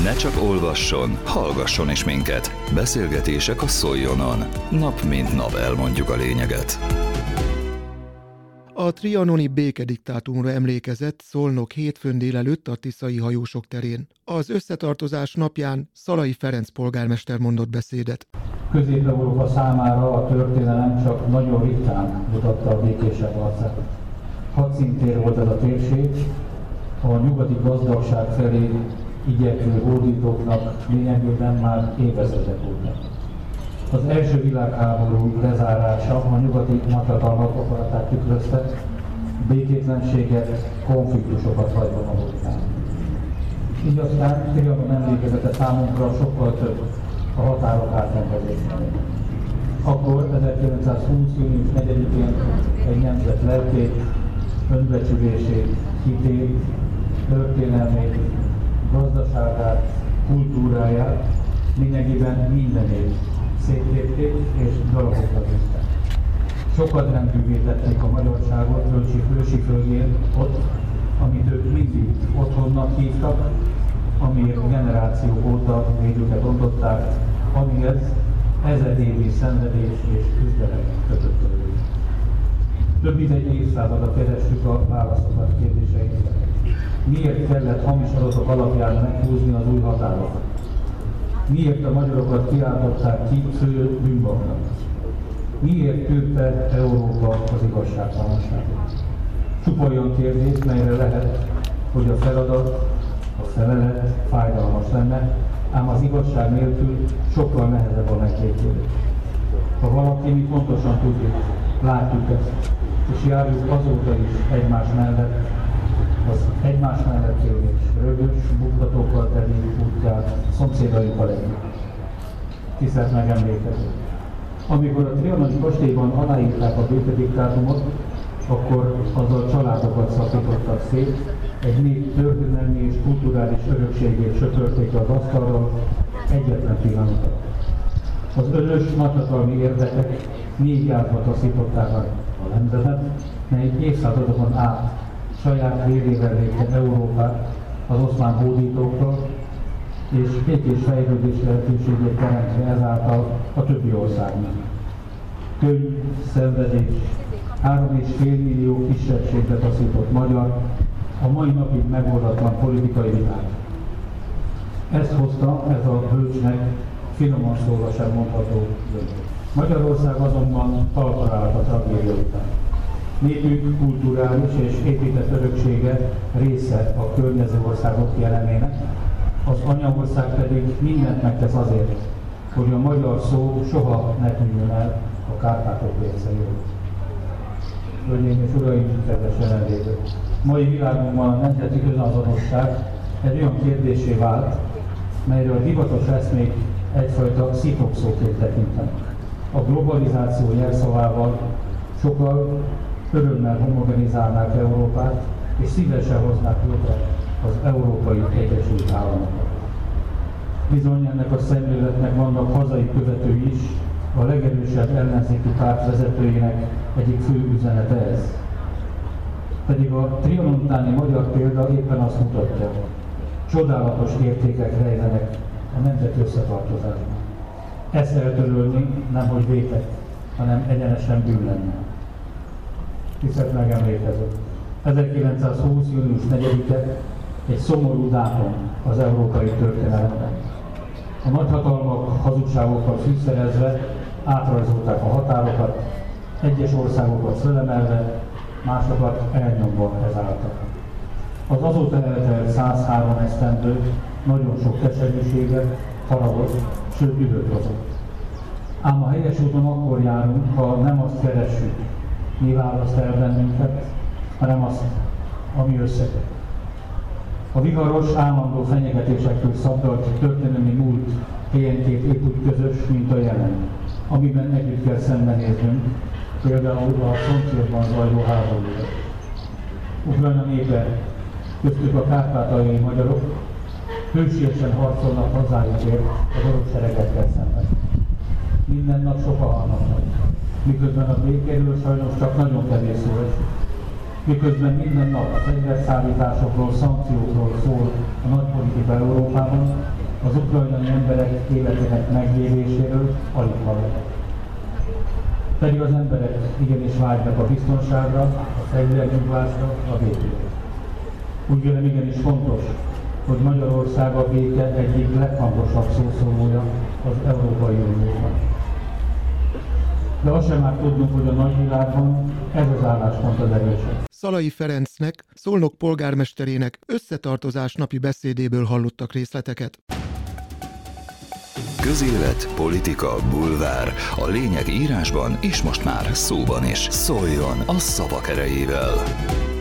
Ne csak olvasson, hallgasson is minket. Beszélgetések a Szoljonon. Nap mint nap elmondjuk a lényeget. A trianoni békediktátumra emlékezett Szolnok hétfőn délelőtt a tiszai hajósok terén. Az összetartozás napján Szalai Ferenc polgármester mondott beszédet. Közép-Európa számára a történelem csak nagyon ritkán mutatta a békésebb arcát. Hadszíntér volt ez a térség, a nyugati gazdagság felé igyekvő hódítóknak lényegében már évezredek óta. Az első világháború lezárása a nyugati nagyhatalmak akaratát tükrözte, békétlenséget, konfliktusokat hagyva maga után. Így aztán Trianon emlékezete számunkra sokkal több a határok átrendezésnél. Akkor 1920. június 4-én egy nemzet lelkét, önbecsülését, hitét, történelmét, gazdaságát, kultúráját, lényegében mindenét széttépték és darabokra tűztek. Sokadrendűvé tették a magyarságot hősi földjén, ott, amit ők mindig otthonnak hívtak, amiért generációk óta védőket ontották, amihez ezredévi szenvedés és küzdelem kötött őket. Több mint egy évszázada kerestük a válaszokat kérdéseinkre. Miért kellett hamis adatok alapján meghúzni az új határokat? Miért a magyarokat kiáltották ki fő bűnbaknak? Miért tűrte Európa az igazságtalanságot? Csupa olyan kérdés, melyre lehet, hogy a feladat, a felelet fájdalmas lenne, ám az igazság nélkül sokkal nehezebb a megtétélés. Ha valaki, mi pontosan tudjuk, látjuk ezt, és járjuk azóta is egymás mellett, az egymás mellett élés, rögös, buktatókkal teli útját szomszédainkkal együtt. Tisztelt megemlékező! Amikor a trianoni kastélyban aláírták a békediktátumot, akkor azzal családokat szakítottak szét, egy nép történelmi és kulturális örökségét söpörték az asztalról egyetlen pillanatra. Az önös nagyhatalmi érdekek négy átba taszították a nemzetet, mely évszázadokon át saját vérével védte Európát az oszmán hódítóktól, és békés fejlődés lehetőségét teremtve ezáltal a többi országnak. Könny, szenvedés, 3,5 millió kisebbségbe taszított magyar, a mai napig megoldatlan politikai viták. Ezt hozta ez a bölcsnek finoman szólva sem mondható döntés. Magyarország azonban talpra állt a tragédia után. Népünk kulturális és épített öröksége része a környező országok jelenének, az anyaország pedig mindent megtesz azért, hogy a magyar szó soha ne tűnjön el a Kárpátok részeiről. Hölgyeim és uraim, kedves jelenlévők! Mai világunkban a nemzeti önazonosság egy olyan kérdésé vált, melyről a divatos eszmék egyfajta szitokszóként tekintenek. A globalizáció jelszavával sokkal örömmel homogenizálnák Európát, és szívesen hoznák létre az Európai Egyesült Államokat. Bizony ennek a szemléletnek vannak hazai követői is, a legerősebb ellenzéki párt vezetőjének egyik fő üzenete ez. Pedig a trianon utáni magyar példa éppen azt mutatja, csodálatos értékek rejlenek a nemzeti összetartozásban. Ezt eltörölni nemhogy vétek, hanem egyenesen bűn lenne. Tisztelt megemlékező! 1920. június 4-e egy szomorú dátum az európai történelemben. A nagyhatalmak hazugságokkal fűszerezve átrajzolták a határokat, egyes országokat fölemelve, másokat elnyomva ezáltal. Az azóta eltelt 103 esztendő nagyon sok keserűséget, haragot, sőt üdvöt hozott. Ám a helyes úton akkor járunk, ha nem azt keressük, mi választ el bennünket, hanem azt, ami összeköt. A viharos, állandó fenyegetésektől szabdalt történelmi múlt helyenként épp úgy közös, mint a jelen, amiben együtt kell szembenéznünk, például a szomszédban zajló háborúra. Ukrajna népe, köztük a kárpátaljai magyarok, hősiesen harcolnak hazájukért az orosz seregekkel szemben. Minden nap sokan halnak meg, miközben a békéről sajnos csak nagyon kevés szó esik. Miközben minden nap a fegyverszállításokról, szankciókról szól a nagypolitikai ki be Európában, az ukrajnai emberek életének megvédéséről alig hallottak. Pedig az emberek igenis vágynak a biztonságra, a fegyvernyugvásra, a békére. Úgy vélem igenis fontos, hogy Magyarország a béke egyik leghangosabb szószólója az Európai Unióban. De azt sem már tudnunk, hogy a nagyvilágban ez az álláspont az erősebb. Szalai Ferencnek, Szolnok polgármesterének összetartozás napi beszédéből hallottak részleteket. Közélet, politika, bulvár. A lényeg írásban és most már szóban is. Szóljon a szavak erejével!